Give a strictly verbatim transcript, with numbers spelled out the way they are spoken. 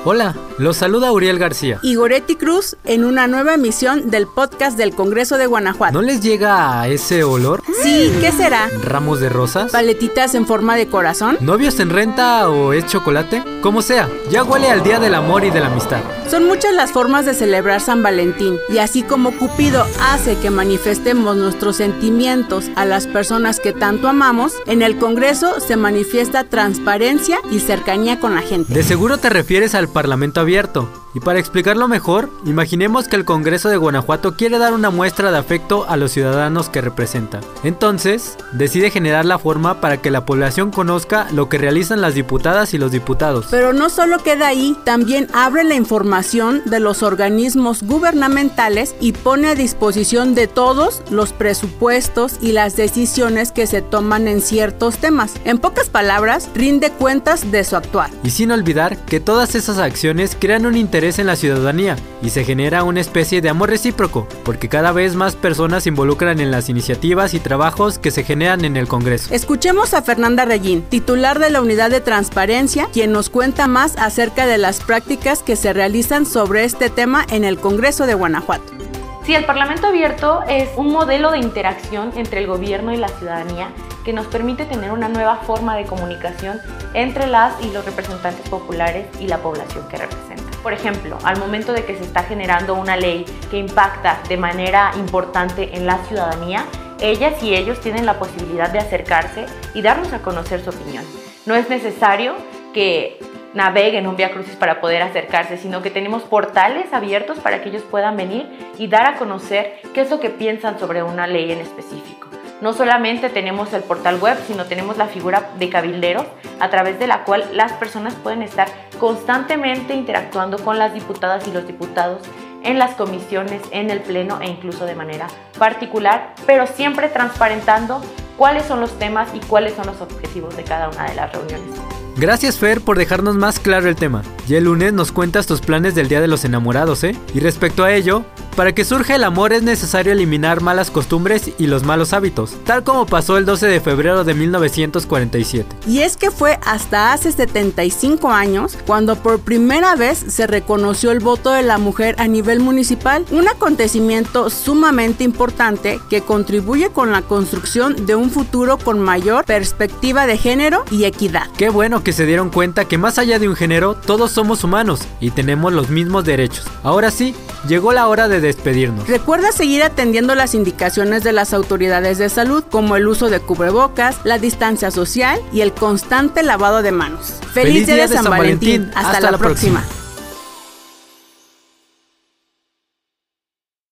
Hola, los saluda Uriel García y Goretti Cruz en una nueva emisión del podcast del Congreso de Guanajuato. ¿No les llega a ese olor? Sí, ¿qué será? ¿Ramos de rosas? ¿Paletitas en forma de corazón? ¿Novios en renta o es chocolate? Como sea, ya huele al Día del Amor y de la Amistad. Son muchas las formas de celebrar San Valentín, y así como Cupido hace que manifestemos nuestros sentimientos a las personas que tanto amamos, en el Congreso se manifiesta transparencia y cercanía con la gente. De seguro te refieres al Parlamento abierto. Y para explicarlo mejor, imaginemos que el Congreso de Guanajuato quiere dar una muestra de afecto a los ciudadanos que representa. Entonces, decide generar la forma para que la población conozca lo que realizan las diputadas y los diputados. Pero no solo queda ahí, también abre la información de los organismos gubernamentales y pone a disposición de todos los presupuestos y las decisiones que se toman en ciertos temas. En pocas palabras, rinde cuentas de su actuar. Y sin olvidar que todas esas acciones crean un interés en la ciudadanía y se genera una especie de amor recíproco, porque cada vez más personas se involucran en las iniciativas y trabajos que se generan en el Congreso. Escuchemos a Fernanda Reyín, titular de la Unidad de Transparencia, quien nos cuenta más acerca de las prácticas que se realizan sobre este tema en el Congreso de Guanajuato. Sí, el Parlamento abierto es un modelo de interacción entre el gobierno y la ciudadanía que nos permite tener una nueva forma de comunicación entre las y los representantes populares y la población que representa. Por ejemplo, al momento de que se está generando una ley que impacta de manera importante en la ciudadanía, ellas y ellos tienen la posibilidad de acercarse y darnos a conocer su opinión. No es necesario que naveguen un viacrucis para poder acercarse, sino que tenemos portales abiertos para que ellos puedan venir y dar a conocer qué es lo que piensan sobre una ley en específico. No solamente tenemos el portal web, sino tenemos la figura de cabilderos, a través de la cual las personas pueden estar constantemente interactuando con las diputadas y los diputados en las comisiones, en el pleno e incluso de manera particular, pero siempre transparentando cuáles son los temas y cuáles son los objetivos de cada una de las reuniones. Gracias, Fer, por dejarnos más claro el tema. Y el lunes nos cuentas tus planes del Día de los Enamorados, ¿eh? Y respecto a ello, para que surja el amor es necesario eliminar malas costumbres y los malos hábitos, tal como pasó el doce de febrero de mil novecientos cuarenta y siete. Y es que fue hasta hace setenta y cinco años cuando por primera vez se reconoció el voto de la mujer a nivel municipal, un acontecimiento sumamente importante que contribuye con la construcción de un futuro con mayor perspectiva de género y equidad. Qué bueno que se dieron cuenta que más allá de un género, todos somos humanos y tenemos los mismos derechos. Ahora sí, llegó la hora de despedirnos. Recuerda seguir atendiendo las indicaciones de las autoridades de salud, como el uso de cubrebocas, la distancia social y el constante lavado de manos. ¡Feliz, Feliz día de San, San Valentín! Valentín. Hasta, Hasta la, la próxima. próxima.